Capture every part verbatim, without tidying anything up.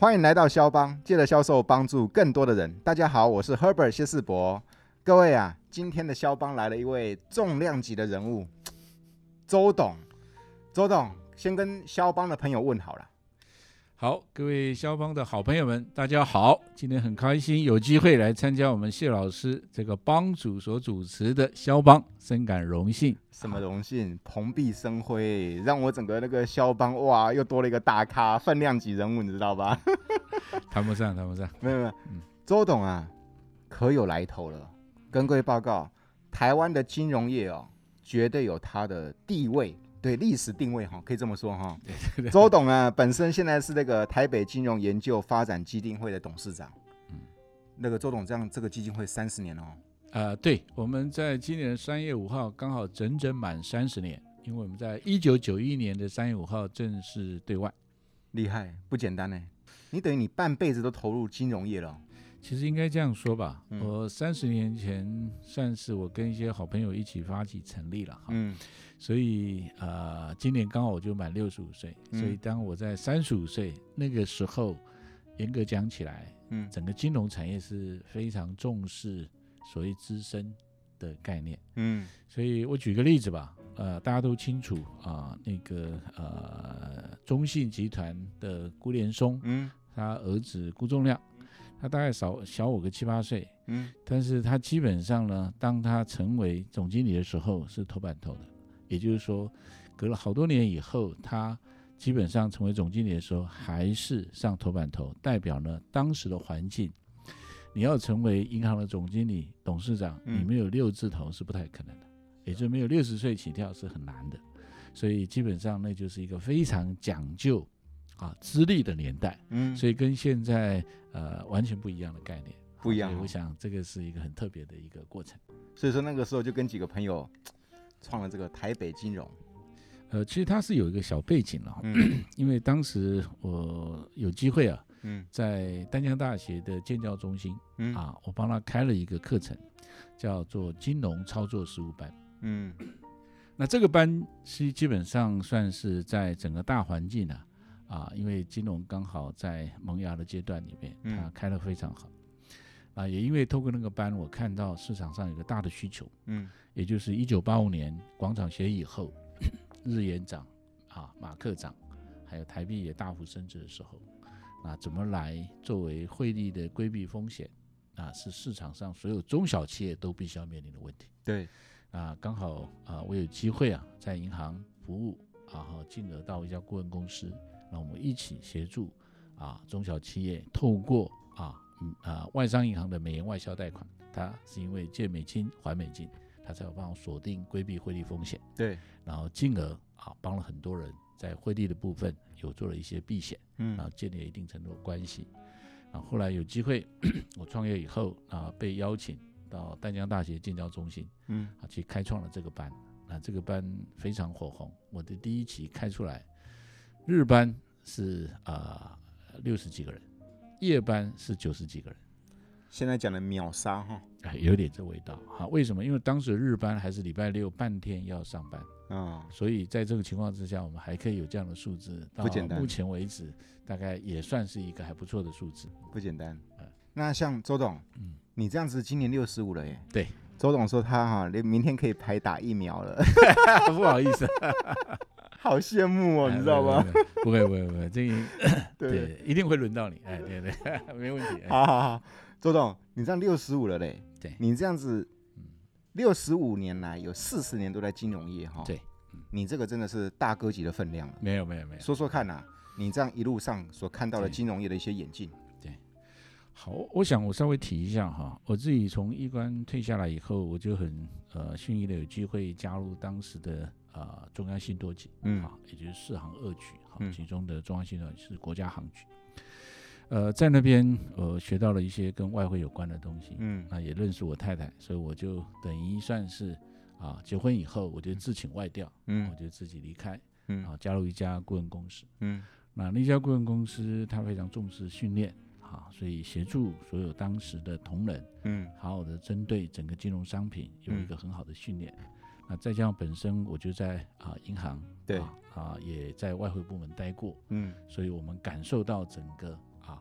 欢迎来到销帮，借着销售帮助更多的人。大家好，我是 Herbert 谢世博。各位啊，今天的销帮来了一位重量级的人物，周董。周董，先跟销帮的朋友问好了。 好，各位销帮的好朋友们，大家好！今天很开心有机会来参加我们谢老师这个帮主所主持的销帮，深感荣幸。 什么荣幸？蓬荜生辉，让我整个那个销帮哇，又多了一个大咖，分量级人物，你知道吧？ 谈不上，谈不上。 没有没有，嗯、周董啊，可有来头了。跟各位报告，台湾的金融业哦，绝对有它的地位。对，历史定位可以这么说哈。周董啊，本身现在是那个台北金融研究发展基金会的董事长。嗯，那个周董这样，这个基金会三十年了哦。 呃，对，我们在今年三月五号刚好整整满三十年，因为我们在一九九一年的三月五号正式对外。 厉害，不简单呢。你等于你半辈子都投入金融业了。 其实应该这样说吧，嗯、我三十年前算是我跟一些好朋友一起发起成立了哈。嗯。所以呃，今年刚好我就满六十五岁，所以当我在三十五岁那个时候，严格讲起来，嗯，整个金融产业是非常重视所谓资深的概念，嗯，所以我举个例子吧，呃，大家都清楚啊、呃，那个呃，中信集团的辜连松，嗯，他儿子辜仲谅，他大概少小我个七八岁，嗯，但是他基本上呢，当他成为总经理的时候是头版头的。也就是说，隔了好多年以后，他基本上成为总经理的时候，还是上头版头，代表呢当时的环境。你要成为银行的总经理、董事长，你没有六字头是不太可能的，也就是没有六十岁起跳是很难的。所以基本上那就是一个非常讲究啊资历的年代，嗯，所以跟现在呃完全不一样的概念， 不一样、哦。 所以我想这个是一个很特别的一个过程。 所以说那个时候就跟几个朋友创了这个台北金融。 呃，其实它是有一个小背景了，嗯、因为当时我有机会啊，嗯、在淡江大学的建教中心、嗯、啊，我帮他开了一个课程，叫做金融操作实务班。嗯，那这个班是基本上算是在整个大环境啊，啊，因为金融刚好在萌芽的阶段里面，它开得非常好。啊，也因为透过那个班，我看到市场上有个大的需求，嗯，也就是一九八五年广场协议以后，日元涨啊，马克涨，还有台币也大幅升值的时候，那怎么来作为汇率的规避风险啊，是市场上所有中小企业都必须要面临的问题。 对， 啊，刚好啊，我有机会啊，在银行服务啊，进而到一家顾问公司，那我们一起协助啊中小企业透过啊。嗯呃、外商银行的美元外销贷款，它是因为借美金还美金，它才有办法锁定规避汇率风险。 对， 然后进而啊帮了很多人在汇率的部分有做了一些避险，嗯，然后建立了一定程度的关系。然后后来有机会，我创业以后啊，被邀请到淡江大学建教中心，嗯，啊去开创了这个班。那这个班非常火红，我的第一期开出来，日班是啊六十几个人。夜班是九十几个人， 现在讲的秒杀哈， 哎，有点这味道哈。为什么？因为当时日班还是礼拜六半天要上班啊、哦，所以在这个情况之下，我们还可以有这样的数字。 不简单。 目前为止，大概也算是一个还不错的数字， 不简单。嗯、那像周董，嗯，你这样子今年六十五了耶？ 对， 周董说他哈，连明天可以排打疫苗了， 不好意思。 好羡慕哦，你知道吗？ 不会不会不会，这对一定会轮到你，哎，对对，没问题。 好好好，周董，你这样六十五了嘞， 对， 你这样子六十五年来有四十年都在金融业哈， 对， 你这个真的是大哥级的分量了。 没有没有没有， 说说看呐，你这样一路上所看到的金融业的一些演进。 对，好，我想我稍微提一下哈，我自己从医官退下来以后，我就很呃幸运的有机会加入当时的。呃，中央信托局，嗯，啊，也就是世行二局，哈、嗯，其中的中央信托局是国家行局，呃，在那边呃学到了一些跟外汇有关的东西，嗯，那也认识我太太，所以我就等于算是啊，结婚以后我就自请外调，嗯，我就自己离开，嗯，啊，加入一家顾问公司，嗯，那那家顾问公司它非常重视训练，啊，所以协助所有当时的同仁，嗯，好好的针对整个金融商品有一个很好的训练。嗯，那再加上本身我就在啊银行， 对啊、呃、也在外汇部门待过，嗯，所以我们感受到整个啊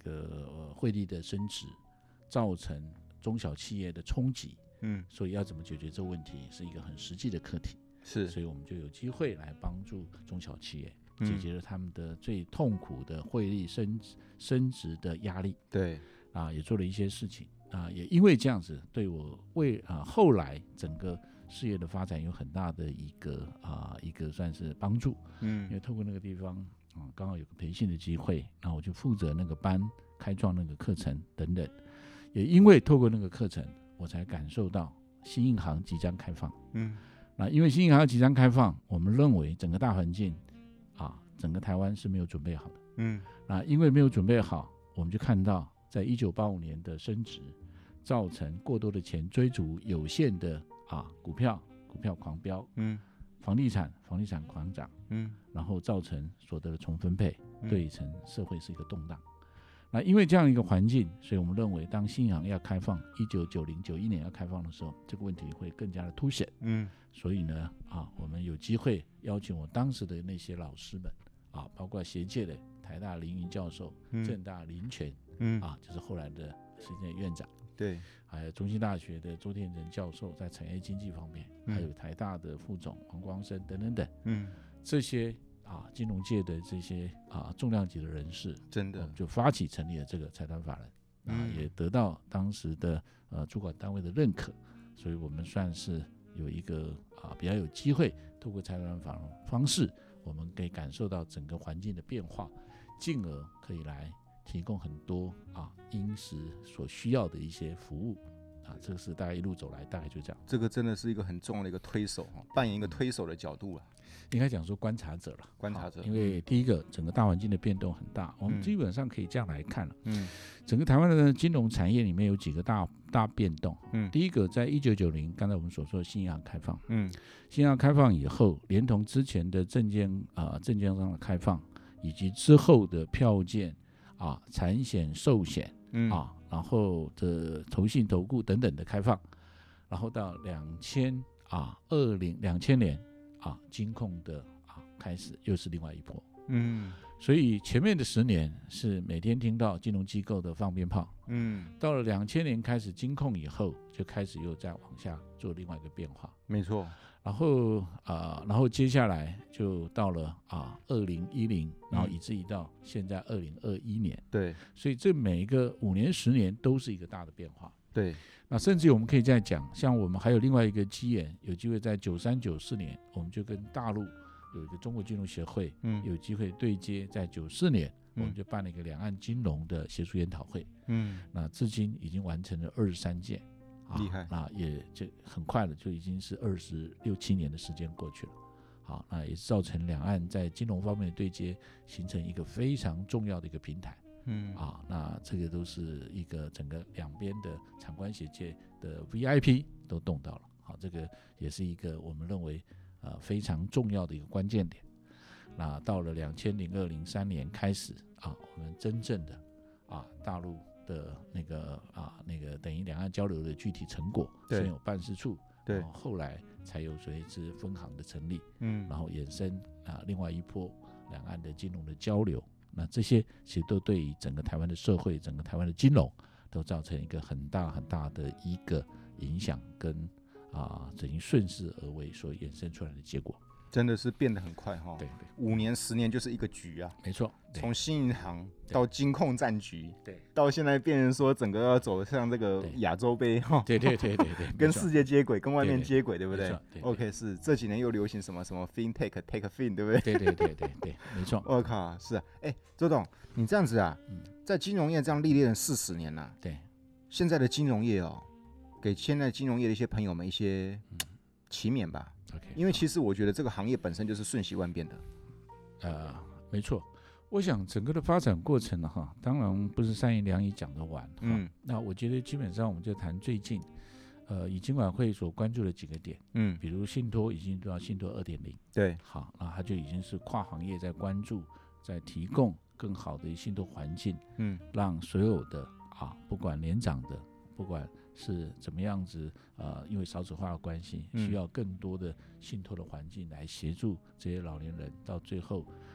个、呃、汇率的升值，造成中小企业的冲击。嗯，所以要怎么解决这个问题，是一个很实际的课题。 是， 所以我们就有机会来帮助中小企业，解决了他们的最痛苦的汇率升升值的压力。 对， 啊，也做了一些事情啊，也因为这样子，对我为啊后来整个事业的发展有很大的一个啊一个算是帮助。嗯，因为透过那个地方啊，刚好有个培训的机会，然后我就负责那个班，开创那个课程等等。也因为透过那个课程，我才感受到新银行即将开放。嗯。那因为新银行即将开放，我们认为整个大环境啊，整个台湾是没有准备好的。嗯，那因为没有准备好，我们就看到在一九八五年的升值，造成过多的钱追逐有限的啊股票，股票狂飙。嗯，房地产房地产狂涨。嗯，然后造成所得的重分配，对整社会是一个动荡。那因为这样一个环境，所以我们认为当新银行要开放，一九九零、九一年要开放的时候，这个问题会更加的凸显。嗯，所以呢，啊，我们有机会邀请我当时的那些老师们，啊，包括学界的台大林云教授、嗯、政大林权，嗯，啊，就是后来的行政院长， 对， 还有中兴大学的周天成教授在产业经济方面，嗯、还有台大的副总黄光生等等等，嗯，这些。啊，金融界的这些啊重量级的人士， 真的就发起成立了这个财团法人，啊，嗯、也得到当时的呃主管单位的认可，所以我们算是有一个啊比较有机会，透过财团法人方式，我们可以感受到整个环境的变化，进而可以来提供很多啊因时所需要的一些服务。啊，这个是大概一路走来，大概就这样。 这个真的是一个很重要的一个推手，扮演一个推手的角度啊。 应该讲说观察者了， 观察者。 因为第一个，整个大环境的变动很大，我们基本上可以这样来看了。嗯，整个台湾的金融产业里面有几个大大变动。嗯，第一个，在一九九零，刚才我们所说的新银行开放。嗯，新银行开放以后，连同之前的证券啊证券商的开放，以及之后的票券啊、产险、寿险。嗯啊，然后的投信、投顾等等的开放，然后到两千啊二零两千年啊金控的啊开始又是另外一波。嗯，所以前面的十年是每天听到金融机构的放鞭炮。嗯，到了两千年开始金控以后，就开始又再往下做另外一个变化。 没错。 然后啊、呃，然后接下来就到了啊二零一零，然后以至于到现在二零二一年。 对， 所以这每一个五年、十年都是一个大的变化。 对， 那甚至我们可以再讲，像我们还有另外一个机缘，有机会在九三、九四年，我们就跟大陆有一个中国金融协会，嗯，有机会对接，在九四年。我们就办了一个两岸金融的学术研讨会，嗯，那至今已经完成了二十三届。 厉害， 那也就很快了，就已经是二十六七年的时间过去了。好，那也造成两岸在金融方面的对接，形成一个非常重要的一个平台。嗯，啊，那这个都是一个整个两边的产官学界的 V I P 都动到了。好，这个也是一个我们认为呃非常重要的一个关键点。那到了两千零二零三年开始啊，我们真正的啊大陆。的那个啊，那个等于两岸交流的具体成果，先有办事处， 对， 然后后来才有随之分行的成立，嗯，然后衍生啊另外一波两岸的金融的交流，那这些其实都对于整个台湾的社会、整个台湾的金融都造成一个很大很大的一个影响，跟啊等于顺势而为所衍生出来的结果。 真的是变得很快哈， 对对， 五年十年就是一个局啊， 没错， 从新银行到金控战局， 对， 到现在变成说整个要走向这个亚洲杯哈， 对对对对对， 跟世界接轨，跟外面接轨，对不对？ 对对 ？OK， 是这几年又流行什么什么 FinTech Take Fin， 对不对？ 对对对对对，没错。 我靠，是啊，哎，周董，你这样子啊，嗯、在金融业这样历练了四十年了、啊， 对， 现在的金融业哦，给现在金融业的一些朋友们一些启勉吧。 Okay, 因为其实我觉得这个行业本身就是瞬息万变的， 呃，没错。我想整个的发展过程呢，哈，当然不是三言两语讲得完。嗯，那我觉得基本上我们就谈最近，呃，以金管会所关注的几个点，嗯，比如信托已经到信托二点零， 对， 好，那它就已经是跨行业在关注，在提供更好的信托环境，嗯，让所有的啊，不管年长的，不管是怎么样子，呃，因为少子化的关系，需要更多的信托的环境来协助这些老年人，到最后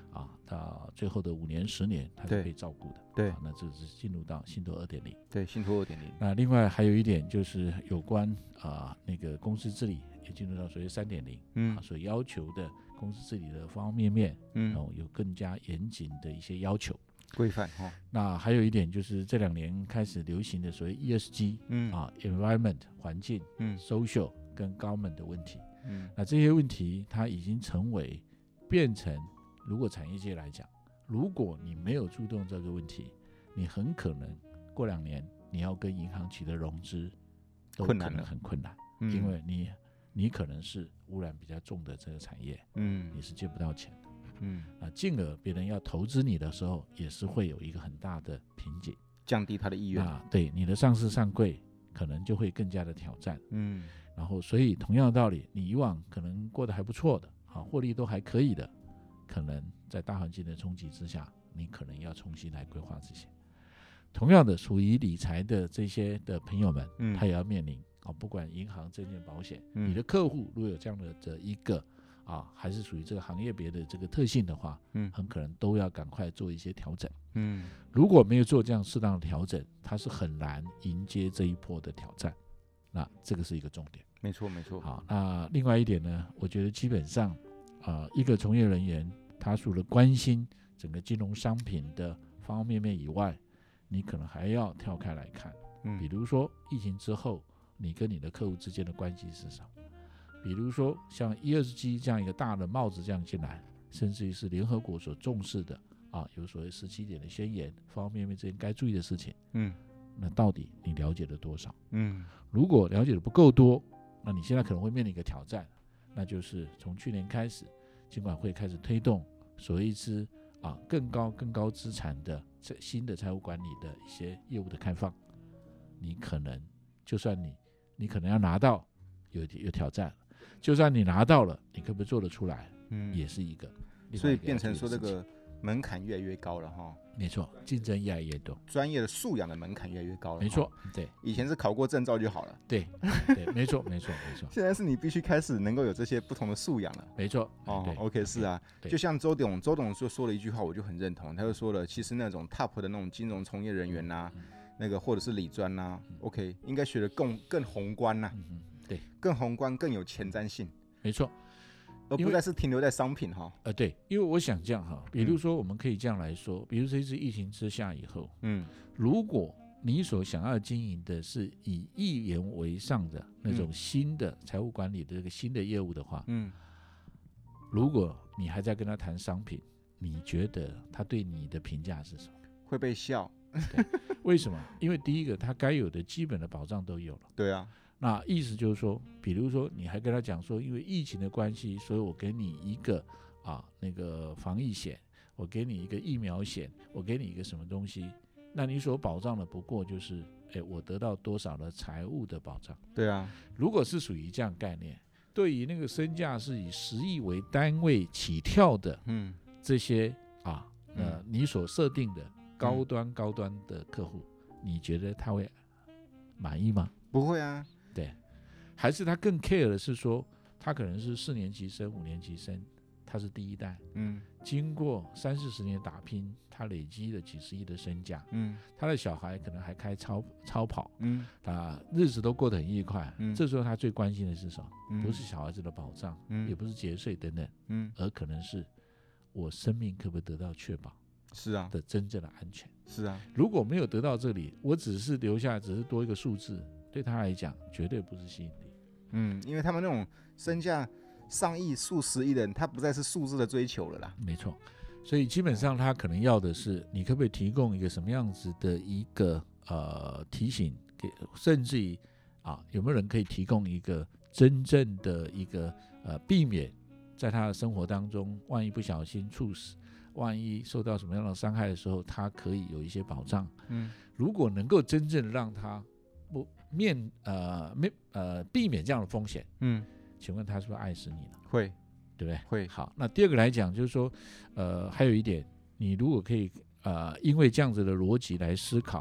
啊，到最后的五年、十年，它是被照顾的。 对， 啊、那这是进入到信托二点零。 对，信托二点零。 那另外还有一点就是有关啊、呃、那个公司治理也进入到所谓三点零，嗯，啊，所要求的公司治理的方方面面，嗯，然后有更加严谨的一些要求。 规范哈、哦， 那还有一点就是这两年开始流行的所谓 E S G， 嗯啊 ，environment 环境，嗯 ，social 跟 government 的问题，嗯，那这些问题它已经成为变成，如果产业界来讲，如果你没有注重这个问题，你很可能过两年你要跟银行取得融资，都可能很困难，嗯、因为你你可能是污染比较重的这个产业，嗯，你是借不到钱的。嗯，啊，进而别人要投资你的时候，也是会有一个很大的瓶颈， 降低他的意愿。 啊，对，你的上市上柜可能就会更加的挑战。嗯，然后所以同样的道理，你以往可能过得还不错的，啊，获利都还可以的，可能在大环境的冲击之下，你可能要重新来规划这些。同样的，属于理财的这些的朋友们，嗯、他也要面临啊，不管银行、证券、保险，嗯、你的客户如果有这样的这一个。啊，还是属于这个行业别的这个特性的话，嗯，很可能都要赶快做一些调整，嗯，如果没有做这样适当的调整，它是很难迎接这一波的挑战，那这个是一个重点。 没错，没错。 好，那另外一点呢，我觉得基本上，啊、呃，一个从业人员，他除了关心整个金融商品的方方面面以外，你可能还要跳开来看，嗯，比如说疫情之后，你跟你的客户之间的关系是什么？比如说像 E S G 这样一个大的帽子这样进来，甚至于是联合国所重视的啊，有所谓十七点的宣言，方方面面之间该注意的事情，嗯，那到底你了解了多少？嗯，如果了解的不够多，那你现在可能会面临一个挑战，那就是从去年开始，金管会开始推动所谓一支啊更高更高资产的新的财务管理的一些业务的开放，你可能就算你你可能要拿到有有挑战。就算你拿到了，你可不可以做得出来？嗯，也是一个， 所以变成说这个门槛越来越高了哈。 没错，竞争越来越多， 专业的素养的门槛越来越高了。 没错，对， 以前是考过证照就好了。 对，对，没错，没错，没错。 现在是你必须开始能够有这些不同的素养了。 没错， 哦 ，OK， 是啊，就像周董，周董就说了一句话，我就很认同，他就说了，其实那种 top 的那种金融从业人员呐、啊，嗯、那个或者是理专呐、啊嗯、，OK， 应该学的更更宏观呐、啊。嗯对，更宏观，更有前瞻性， 没错， 而不再是停留在商品哈。 呃，对，因为我想这样哈，比如说我们可以这样来说，嗯、比如这次疫情之下以后，嗯，如果你所想要经营的是以亿元为上的那种新的财务管理的这个新的业务的话，嗯，如果你还在跟他谈商品，你觉得他对你的评价是什么？ 会被笑。 为什么？因为第一个，他该有的基本的保障都有了。 对啊。 那意思就是说，比如说你还跟他讲说，因为疫情的关系，所以我给你一个啊那个防疫险，我给你一个疫苗险，我给你一个什么东西，那你所保障的不过就是，哎，我得到多少的财务的保障。 对啊， 如果是属于这样概念，对于那个身价是以十亿为单位起跳的，嗯，这些啊呃你所设定的高端高端的客户，你觉得他会满意吗？ 不会啊。 对，还是他更 care 的是说，他可能是四年级生、五年级生，他是第一代，嗯，经过三四十年打拼，他累积了几十亿的身价，嗯，他的小孩可能还开超超跑，嗯，啊，日子都过得很愉快，嗯，这时候他最关心的是什么？嗯、不是小孩子的保障，嗯，也不是节税等等，嗯，而可能是我生命可不可以得到确保？ 是啊， 的真正的安全。 是啊， 如果没有得到这里，我只是留下，只是多一个数字。对他来讲，绝对不是吸引力。 嗯，因为他们那种身价上亿、数十亿的人，他不再是数字的追求了啦。 没错，所以基本上他可能要的是，你可不可以提供一个什么样子的一个呃提醒，给甚至于啊，有没有人可以提供一个真正的一个呃避免在他的生活当中，万一不小心猝死，万一受到什么样的伤害的时候，他可以有一些保障。嗯，如果能够真正让他不面呃没呃避免这样的风险，嗯，请问他是不是爱死你了？ 会， 对不对？ 会。 好，那第二个来讲就是说，呃，还有一点，你如果可以呃因为这样子的逻辑来思考，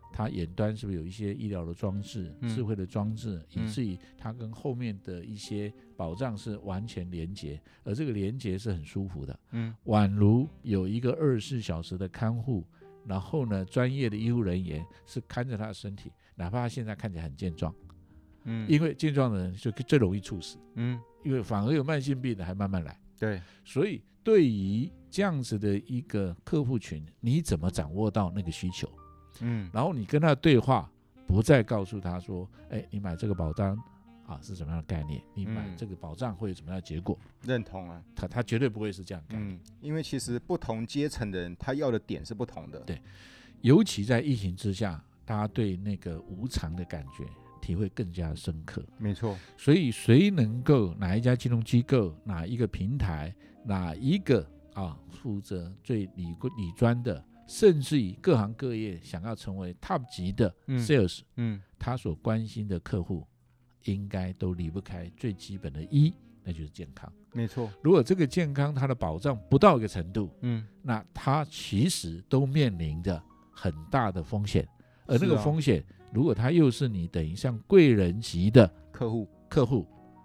它远端是不是有一些医疗的装置、 嗯、 智慧的装置，以至于它跟后面的一些保障是完全连结，而这个连结是很舒服的。 嗯， 宛如有一个二十四小时的看护，然后呢，专业的医护人员是看着他的身体，哪怕他现在看起来很健壮，嗯，因为健壮的人就最容易猝死，嗯，因为反而有慢性病的还慢慢来。 对， 所以对于这样子的一个客户群，你怎么掌握到那个需求？嗯，然后你跟他的对话，不再告诉他说，哎，你买这个保单啊是什么样的概念？你买这个保障会有什么样的结果？ 认同啊， 他他绝对不会是这样的概念。 嗯，因为其实不同阶层的人，他要的点是不同的。 对，尤其在疫情之下，大家对那个无常的感觉体会更加深刻。 没错， 所以谁能够哪一家金融机构、哪一个平台、哪一个啊负责最理理专的，甚至于各行各业想要成为 top 级的 sales， 嗯, 嗯，他所关心的客户应该都离不开最基本的一，那就是健康。 没错， 如果这个健康它的保障不到一个程度，嗯，那它其实都面临着很大的风险，而那个风险，啊，如果它又是你等于像贵人级的客户， 客户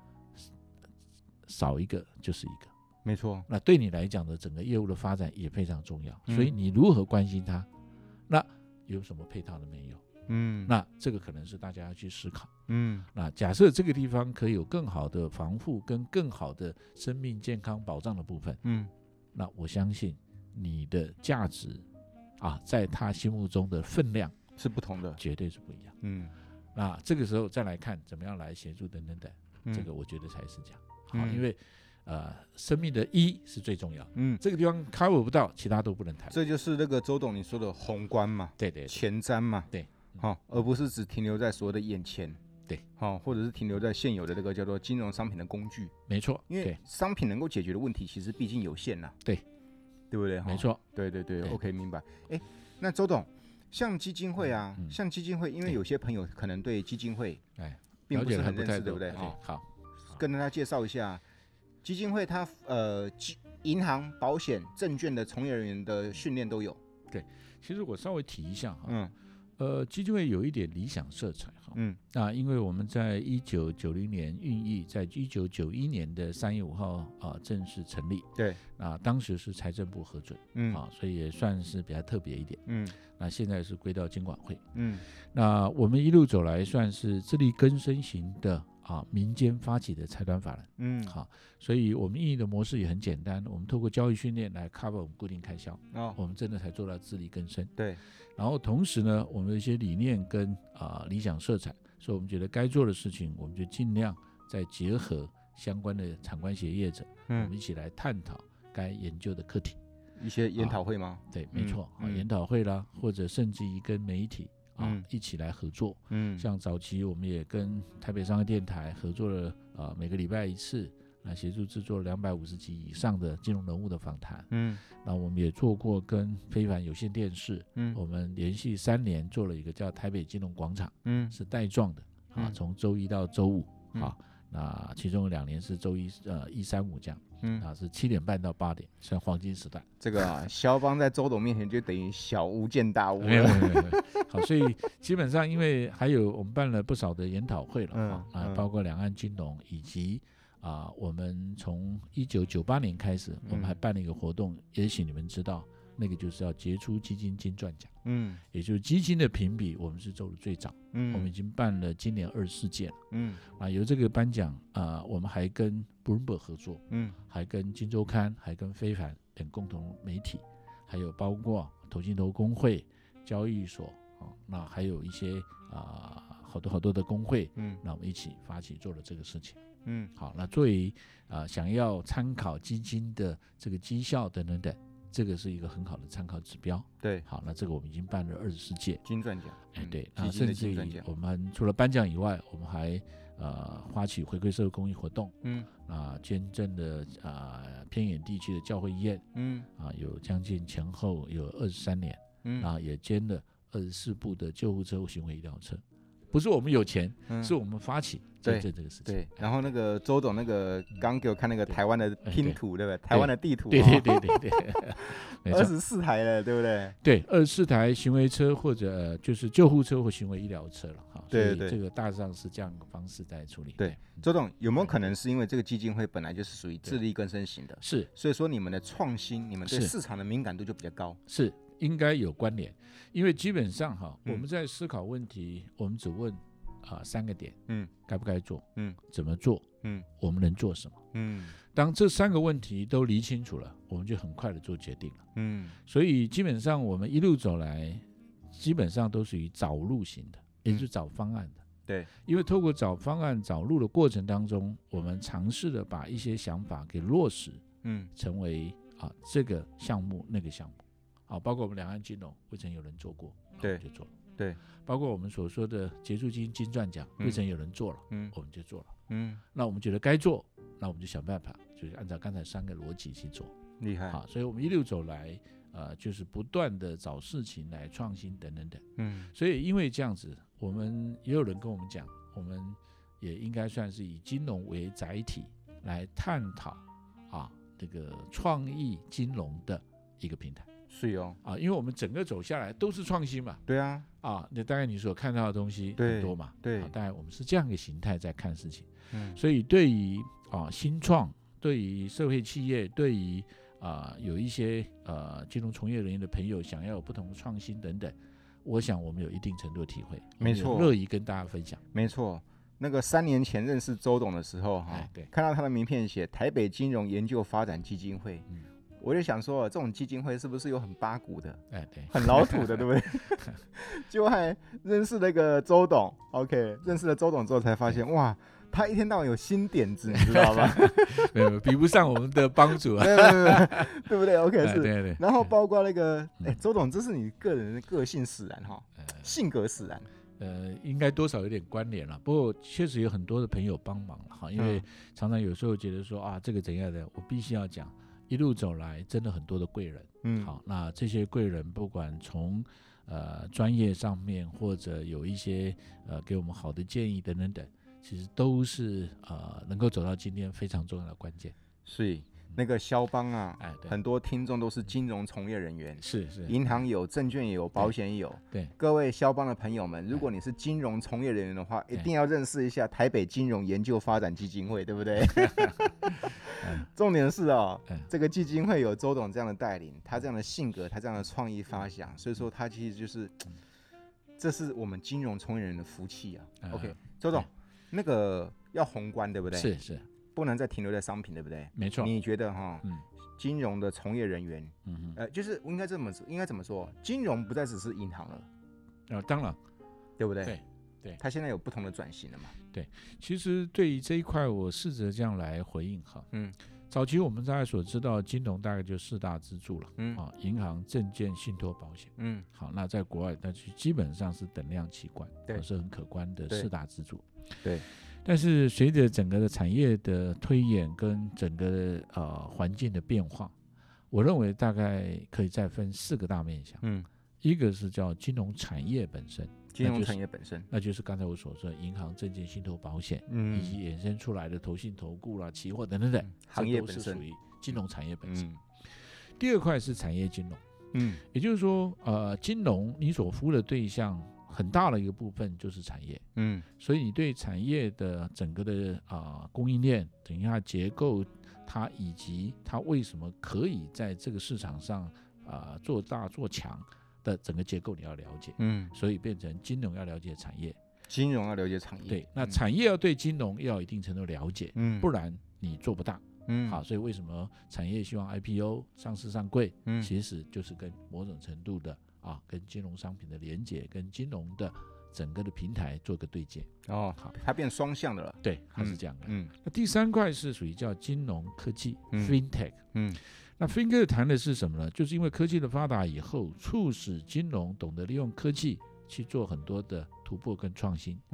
少一个就是一个。 没错， 那对你来讲的整个业务的发展也非常重要，嗯，所以你如何关心它，那有什么配套的没有？嗯，那这个可能是大家要去思考。嗯，那假设这个地方可以有更好的防护跟更好的生命健康保障的部分，嗯，那我相信你的价值啊，在他心目中的分量是不同的， 绝对是不一样。嗯，那这个时候再来看怎么样来协助等等等，嗯，这个我觉得才是这样。好，嗯，因为呃，生命的一是最重要，嗯，这个地方 cover 不到，其他都不能谈。 这就是那个周董你说的宏观嘛， 对 对, 对， 前瞻嘛， 对， 好，而不是只停留在所谓的眼前， 对， 好，或者是停留在现有的那个叫做金融商品的工具， 没错， 因为商品能够解决的问题其实毕竟有限啦， 对， 对不对？ 没错， 对对 对, 对 ，OK， 明白。哎，那周董，像基金会啊，嗯，像基金会，因为有些朋友可能对基金会哎并不是很认识，对不对？ 好，好， 跟大家介绍一下。基金会它呃，银行、保险、证券的从业人员的训练都有。 对，其实我稍微提一下哈，嗯，呃，基金会有一点理想色彩哈，嗯，那因为我们在一九九零年孕育，在一九九一年的三月五号啊，呃、正式成立， 对， 那当时是财政部核准，嗯，啊，所以也算是比较特别一点，嗯，那现在是归到金管会，嗯，那我们一路走来算是自力更生型的。啊，民间发起的财团法人，嗯，好，所以我们运营的模式也很简单，我们透过教育训练来 cover 我们固定开销，哦，我们真的才做到自力更生， 对。 然后同时呢，我们的一些理念跟啊、呃、理想色彩，所以我们觉得该做的事情，我们就尽量再结合相关的产官协业者，嗯，我们一起来探讨该研究的课题。 一些研讨会吗？ 啊、对，没错，嗯、啊，研讨会啦，或者甚至于跟媒体。啊、嗯，一起来合作。嗯，像早期我们也跟台北商业电台合作了，啊，每个礼拜一次，来协助制作两百五十集以上的金融人物的访谈。嗯，那我们也做过跟非凡有线电视，嗯，我们连续三年做了一个叫台北金融广场，嗯，是带状的，啊，从周一到周五，啊。那其中有两年是周一呃一三五这样，嗯，啊是七点半到八点，算黄金时段。 这个啊，肖邦在周董面前就等于小巫见大巫了。 没有没有没有。好，所以基本上因为还有我们办了不少的研讨会了，嗯、啊，嗯、包括两岸金融以及啊，我们从一九九八年开始，我们还办了一个活动，嗯、也许你们知道。那个就是要杰出基金金钻奖，嗯，也就是基金的评比，我们是做的最早，嗯，我们已经办了今年二十四届了，嗯，啊，由这个颁奖啊，我们还跟 Bloomberg 合作，嗯，还跟金周刊，还跟非凡等共同媒体，还有包括投信投公会、交易所啊，那还有一些啊好多好多的工会，嗯，那我们一起发起做了这个事情，嗯，好，那作为啊想要参考基金的这个绩效等等等。这个是一个很好的参考指标。 对， 好，那这个我们已经办了二十四届金钻奖。 哎，对，那甚至于我们除了颁奖以外，我们还呃发起回馈社会公益活动，嗯，啊捐赠的啊、呃、偏远地区的教会医院，嗯，啊有将近前后有二十三年，嗯，啊也捐了二十四部的救护车行为医疗车。 不是我们有钱， 嗯、 是我们发起见证这个事情。 对，然后那个周董那个刚给我看那个台湾的拼图，对不对？台湾的地图， 对对对对对， 二十四台了，对不对？ 对，二十四台行为车或者就是救护车或行为医疗车了哈。 对对， 这个大致上是这样的方式在处理。 对，周董有没有可能是因为这个基金会本来就是属于自力更生型的， 是， 所以说你们的创新，你们对市场的敏感度就比较高， 是应该有关联，因为基本上哈，我们在思考问题，我们只问啊、呃、三个点，嗯，该不该做，嗯，怎么做，嗯，我们能做什么，嗯，当这三个问题都理清楚了，我们就很快的做决定了，嗯，所以基本上我们一路走来，基本上都属于找路型的，也就是找方案的。 对， 因为透过找方案、找路的过程当中，我们尝试的把一些想法给落实，嗯，成为啊这个项目那个项目，啊，包括我们两岸金融，未曾有人做过， 对， 就做了， 对， 包括我们所说的杰出基金金钻奖，未曾有人做了，嗯，我们就做了，嗯，那我们觉得该做，那我们就想办法，就是按照刚才三个逻辑去做， 厉害， 好，所以我们一路走来。呃，就是不断的找事情来创新等等等，嗯，所以因为这样子，我们也有人跟我们讲，我们也应该算是以金融为载体来探讨啊这个创意金融的一个平台， 是哦， 啊，因为我们整个走下来都是创新嘛， 对啊， 啊，那大概你所看到的东西很多嘛， 对， 啊，大概我们是这样一个形态在看事情，嗯，所以对于啊新创，对于社会企业，对于啊、呃，有一些呃金融从业人员的朋友想要有不同的创新等等，我想我们有一定程度的体会， 没错， 乐意跟大家分享。 没错，那个三年前认识周董的时候哈、 哎，对， 看到他的名片写台北金融研究发展基金会，嗯、我就想说，这种基金会是不是有很八股的， 哎，对， 很老土的，对不对？就还认识那个周董 ，OK， 认识了周董之后才发现，哇。他一天到晚有新点子，你知道吗？ 没有，比不上我们的帮主啊， 对对对，对不对 ？OK 是， 对对。 然后包括那个，哎，周董，这是你个人的个性使然哈，性格使然。 呃，应该多少有点关联了，不过确实有很多的朋友帮忙了哈，因为常常有时候觉得说啊，这个怎样的，我必须要讲，一路走来真的很多的贵人，嗯，好，那这些贵人不管从呃专业上面，或者有一些呃给我们好的建议等等等。其实都是呃能够走到今天非常重要的关键。 所以那个肖邦啊， 哎， 很多听众都是金融从业人员， 是是， 银行有，证券也有，保险也有。 对， 各位肖邦的朋友们，如果你是金融从业人员的话，一定要认识一下台北金融研究发展基金会，对不对？重点是哦，这个基金会有周董这样的带领，他这样的性格，他这样的创意发想，所以说他其实就是，这是我们金融从业人员的福气啊。OK， 周董。那个要宏观，对不对？ 是是， 不能再停留在商品，对不对？ 没错。 你觉得哈，嗯，金融的从业人员，嗯哼，呃，就是应该这么应该怎么说？金融不再只是银行了， 呃，当然， 对不对？ 对对， 它现在有不同的转型了嘛？ 对，其实对于这一块，我试着这样来回应哈，嗯。早期我们大概所知道，金融大概就四大支柱了，嗯啊，银行、证券、信托、保险，嗯，好，那在国外，那就基本上是等量齐观，对，是很可观的四大支柱， 对。 但是随着整个的产业的推演跟整个呃环境的变化，我认为大概可以再分四个大面向，嗯，一个是叫金融产业本身。 金融产业本身， 那就是刚才我所说的银行、证券、信托、保险，嗯，以及衍生出来的投信、投顾啦、期货等等等，嗯、 行业本身这都是属于金融产业本身。嗯、第二块是产业金融，嗯，也就是说，呃，金融你所服务的对象很大的一个部分就是产业，嗯，所以你对产业的整个的啊、呃、供应链、等一下结构，它以及它为什么可以在这个市场上啊、呃、做大做强。的整个结构你要了解，嗯，所以变成金融要了解产业， 金融要了解产业， 对，那产业要对金融要有一定程度了解，嗯，不然你做不大，嗯，好，所以为什么产业希望 I P O 上市上柜，嗯，其实就是跟某种程度的啊，跟金融商品的连结，跟金融的整个的平台做个对接， 哦，好，它变双向的了， 对，它是这样的，嗯，那第三块是属于叫金融科技，嗯 ，FinTech， 嗯。那 FinTech 谈的是什么呢？就是因为科技的发达以后，促使金融懂得利用科技去做很多的突破跟创新，嗯，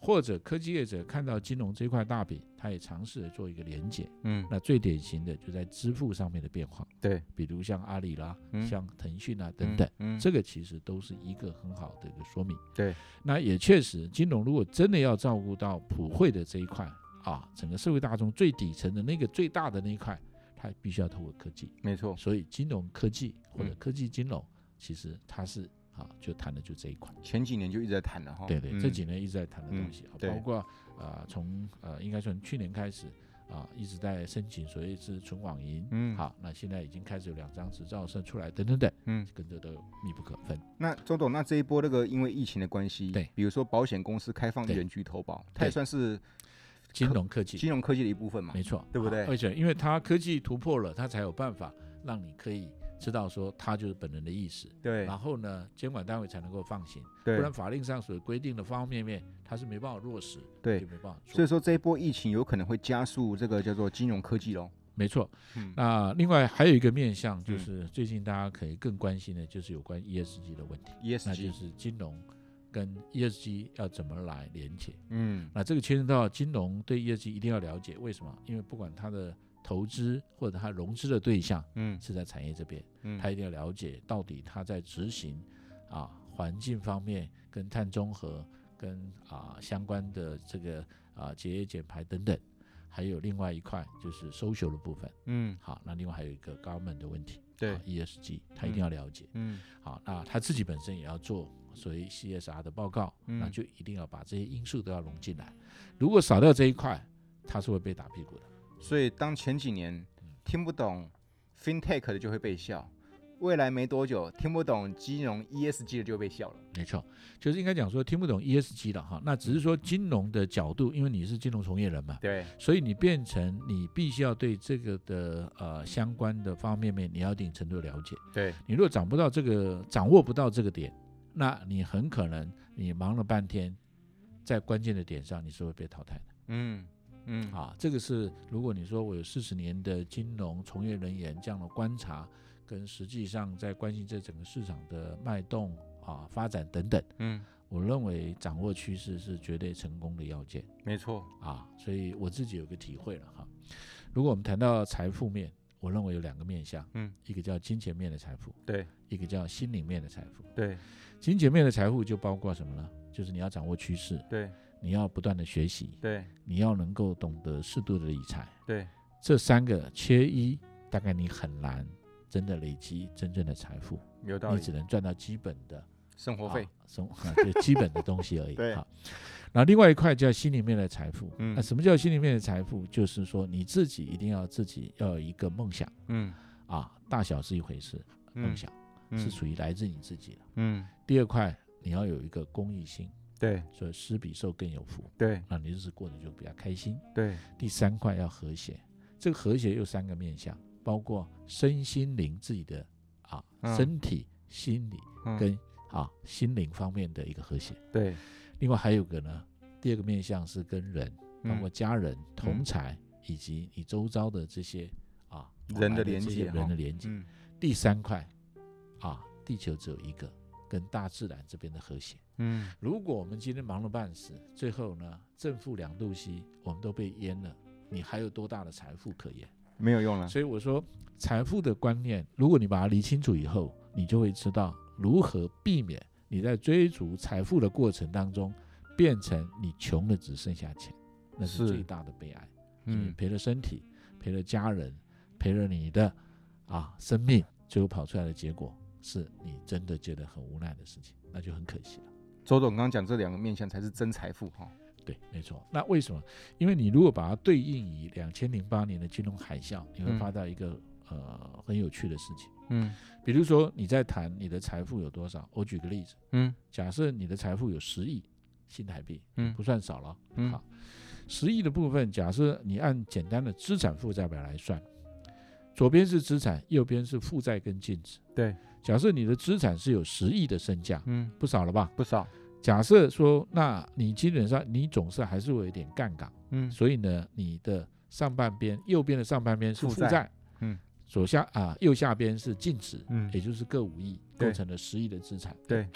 或者科技业者看到金融这块大饼，他也尝试着做一个连结。 嗯， 那最典型的就在支付上面的变化， 对， 比如像阿里啦、 嗯、 像腾讯啊等等， 嗯嗯、 这个其实都是一个很好的一个说明。 对， 那也确实，金融如果真的要照顾到普惠的这一块啊，整个社会大众最底层的那个最大的那一块，它必须要透过科技。 没错， 所以金融科技或者科技金融，嗯、其实它是。啊，就谈的就这一块， 前几年就一直在谈了哈。 对对， 嗯、 这几年一直在谈的东西， 嗯、 包括呃从呃应该从去年开始啊，一直在申请所谓是纯网银，嗯，好，那现在已经开始有两张执照生出来，等等等，嗯，跟这都密不可分。 那周董，那这一波那个因为疫情的关系， 对， 比如说保险公司开放远距投保，它也算是金融科技， 金融科技的一部分嘛， 没错， 对不对？ 而且因为它科技突破了，它才有办法让你可以。知道说他就是本人的意思， 对， 然后呢，监管单位才能够放行， 对， 不然法令上所规定的方方面面，他是没办法落实， 对， 就没办法做。 所以说这一波疫情有可能会加速这个叫做金融科技咯。 没错，嗯，那另外还有一个面向，就是最近大家可以更关心的，就是有关 E S G 的问题 ，E S G， 那就是金融跟 E S G 要怎么来连结， 嗯， 那这个牵涉到金融对 E S G 一定要了解，为什么？因为不管它的投资或者他融资的对象，嗯，是在产业这边，嗯，他一定要了解到底他在执行啊环境方面跟碳中和跟啊相关的这个啊节约减排等等，还有另外一块就是 social 的部分，嗯，好，那另外还有一个 government 的问题， 对 E S G 他一定要了解，嗯，好，那他自己本身也要做所谓 C S R 的报告，嗯，那就一定要把这些因素都要融进来，如果少掉这一块，他是会被打屁股的。 所以当前几年听不懂 FinTech 的就会被笑，未来没多久听不懂金融 E S G 的就会被笑了。 没错，就是应该讲说听不懂 E S G 了哈，那只是说金融的角度，因为你是金融从业人嘛， 对， 所以你变成你必须要对这个的呃相关的方面面你要一定程度的了解。 对， 你如果掌不到这个掌握不到这个点，那你很可能你忙了半天，在关键的点上你是会被淘汰的。嗯。嗯，啊，这个是如果你说我有四十年的金融从业人员这样的观察，跟实际上在关心这整个市场的脉动啊、发展等等，嗯，我认为掌握趋势是绝对成功的要件。 没错， 啊，所以我自己有个体会了哈。如果我们谈到财富面，我认为有两个面向，嗯，一个叫金钱面的财富， 对， 一个叫心灵面的财富， 对。 金钱面的财富就包括什么呢？就是你要掌握趋势， 对。 你要不断的学习， 对， 你要能够懂得适度的理财， 对， 这三个缺一，大概你很难真的累积真正的财富， 有道理， 你只能赚到基本的生活费， 啊、生啊，就基本的东西而已。 对， 好，然后另外一块叫心里面的财富， 嗯， 那什么叫心里面的财富？就是说你自己一定要自己要有一个梦想，嗯，啊，大小是一回事，嗯、梦想、嗯、是属于来自你自己的，嗯，第二块你要有一个公益性。 对， 所以施比受更有福。 对， 那你日子过得就比较开心。 对， 第三块要和谐，这个和谐有三个面向，包括身心灵自己的啊、嗯、身体、心理跟、嗯、啊心灵方面的一个和谐。 对， 另外还有个呢，第二个面向是跟人，包括家人、嗯、同侪以及你周遭的这些啊人的连接， 人的连接。嗯、第三块啊，地球只有一个。跟大自然这边的和谐，嗯，如果我们今天忙了半死，最后呢正负两度 C， 我们都被淹了，你还有多大的财富可言？ 没有用了。 所以我说，财富的观念，如果你把它理清楚以后，你就会知道如何避免你在追逐财富的过程当中，变成你穷的只剩下钱，那是最大的悲哀。嗯，你赔了身体，赔了家人，赔了你的啊生命，最后跑出来的结果。是你真的觉得很无奈的事情，那就很可惜了。 周董刚刚讲这两个面向才是真财富哈。 对，没错。那为什么？因为你如果把它对应以两千零八年的金融海啸，你会发到一个、嗯、呃很有趣的事情。嗯，比如说你在谈你的财富有多少，我举个例子。嗯，假设你的财富有十亿新台币，嗯，不算少了。嗯，好，十亿的部分，假设你按简单的资产负债表来算，左边是资产，右边是负债跟净值。 对。 假设你的资产是有十亿的身价，嗯，不少了吧？ 不少。 假设说，那你基本上你总是还是会有一点杠杆，嗯，所以呢，你的上半边右边的上半边是负债，嗯，左下啊右下边是净值，嗯，也就是各五亿，构成了十亿的资产。 对，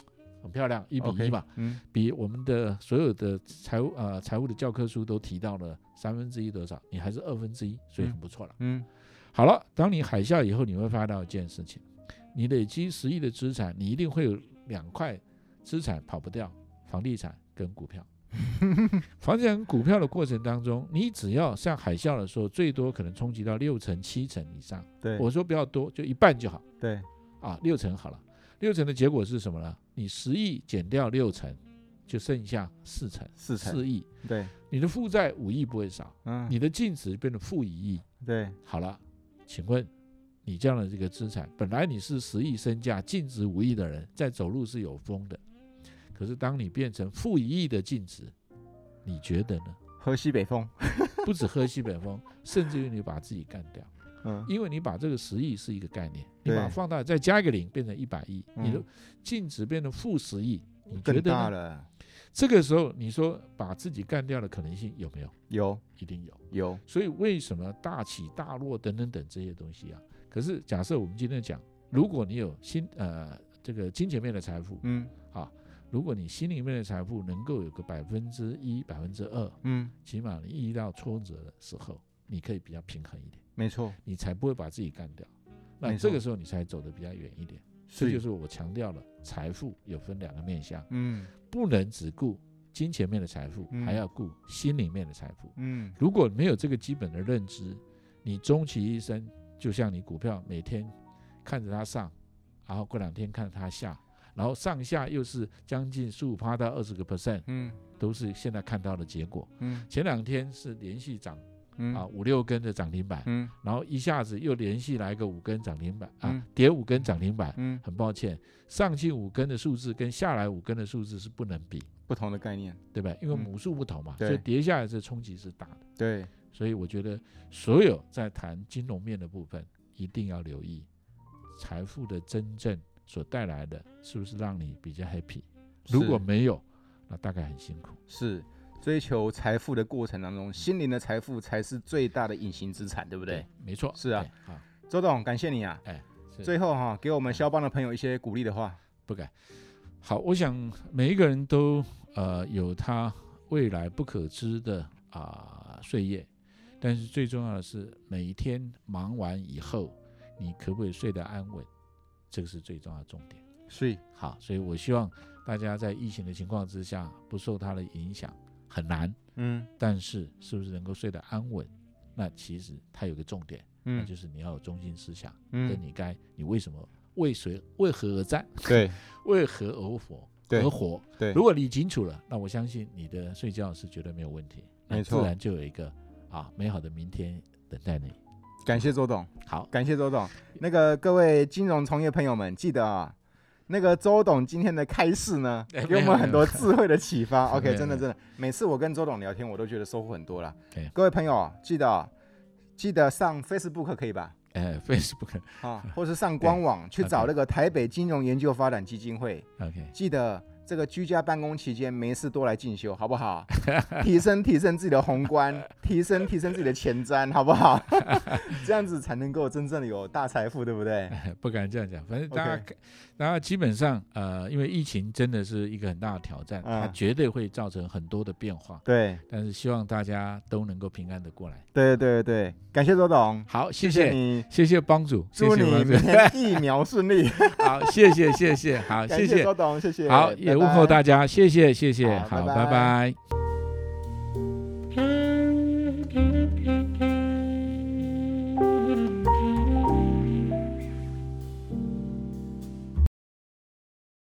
很漂亮，一比一嘛， okay, 嗯， 比我们的所有的财务呃财务的教科书都提到了三分之一多少，你还是二分之一，所以很不错了。 嗯， 好了，当你海啸以后，你会发现到一件事情，你累积十亿的资产，你一定会有两块资产跑不掉，房地产跟股票。房地产跟股票的过程当中，你只要像海啸的时候，最多可能冲击到六成、七成以上。 对， 我说不要多，就一半就好。 对， 啊，六成好了。六成的结果是什么呢？你十亿减掉六成，就剩下四成， 四成四亿。 对， 你的负债五亿不会少， 嗯， 你的净值变成负一亿。 对， 好了，请问你这样的这个资产，本来你是十亿身价、净值五亿的人，在走路是有风的。可是当你变成负一亿的净值，你觉得呢？ 喝西北风， 不止喝西北风，甚至于你把自己干掉。 嗯， 因为你把这个十亿是一个概念，你对把它放大，再加一个零，变成一百亿， 嗯你的净值变成负十亿，你觉更得呢？ 大了， 这个时候你说把自己干掉的可能性有没有？ 有， 一定有。 有， 所以为什么大起大落等等等这些东西啊？可是假设我们今天讲，如果你有心呃这个金钱面的财富， 嗯， 啊，如果你心里面的财富能够有个百分之一、百分之二， 嗯， 起码你遇到挫折的时候，你可以比较平衡一点， 没错， 你才不会把自己干掉。那没错这个时候你才走得比较远一点。这就是我强调了，财富有分两个面向， 嗯， 不能只顾金钱面的财富， 嗯还要顾心里面的财富。 嗯， 如果没有这个基本的认知，你终其一生就像你股票每天看着它上，然后过两天看着它下，然后上下又是将近十五趴到二十个 percent， 嗯， 都是现在看到的结果。 嗯， 前两天是连续涨， 嗯， 啊五六根的涨停板， 嗯， 然后一下子又连续来个五根涨停板啊， 嗯跌五根涨停板。 嗯， 很抱歉，上去五根的数字跟下来五根的数字是不能比， 不同的概念， 对吧？因为嗯母数不同嘛， 对所以跌下来这冲击是大的。 对， 所以我觉得所有在谈金融面的部分，一定要留意财富的真正所带来的是不是让你比较 happy。如果没有，那大概很辛苦。 是追求财富的过程当中，心灵的财富才是最大的隐形资产，对不对？ 对，没错。 是啊， 好， 周董，感谢你啊。 哎， 最后哈、啊，给我们肖邦的朋友一些鼓励的话。 不改。好，我想每一个人都呃有他未来不可知的啊、呃、岁月，但是最重要的是每一天忙完以后，你可不可以睡得安稳，这个是最重要的重点。 是， 好，所以我希望大家在疫情的情况之下不受它的影响，很难， 嗯， 但是是不是能够睡得安稳？那其实它有个重点， 嗯， 那就是你要有中心思想， 嗯， 跟你该你为什么为谁为何而战， 对， 为何而活， 对而活， 对， 如果你清楚了，那我相信你的睡觉是绝对没有问题， 没错， 自然就有一个啊美好的明天等待你。 感谢周董， 好， 感谢周董。那个各位金融从业朋友们，记得啊。那个周董今天的开示呢，给我们很多智慧的启发。OK， 真的真的，每次我跟周董聊天，我都觉得收获很多啦。各位朋友，记得、哦、记得上 Facebook 可以吧？ 哎 ，Facebook 啊，或是上官网去找那个台北金融研究发展基金会。 OK， 记得这个居家办公期间没事多来进修，好不好？提升提升自己的宏观，提升提升自己的前瞻，好不好？这样子才能够真正的有大财富，对不对？ 不敢这样讲，反正大家， Okay. 大家基本上，呃，因为疫情真的是一个很大的挑战， 嗯、 它绝对会造成很多的变化。 对， 但是希望大家都能够平安的过来。 对对对，感谢周董， 好，谢谢你， 谢谢帮主， 祝你明天疫苗顺利。 好，谢谢谢谢，好，谢谢周董，谢谢， 好，也问候大家，谢谢谢谢，好，拜拜。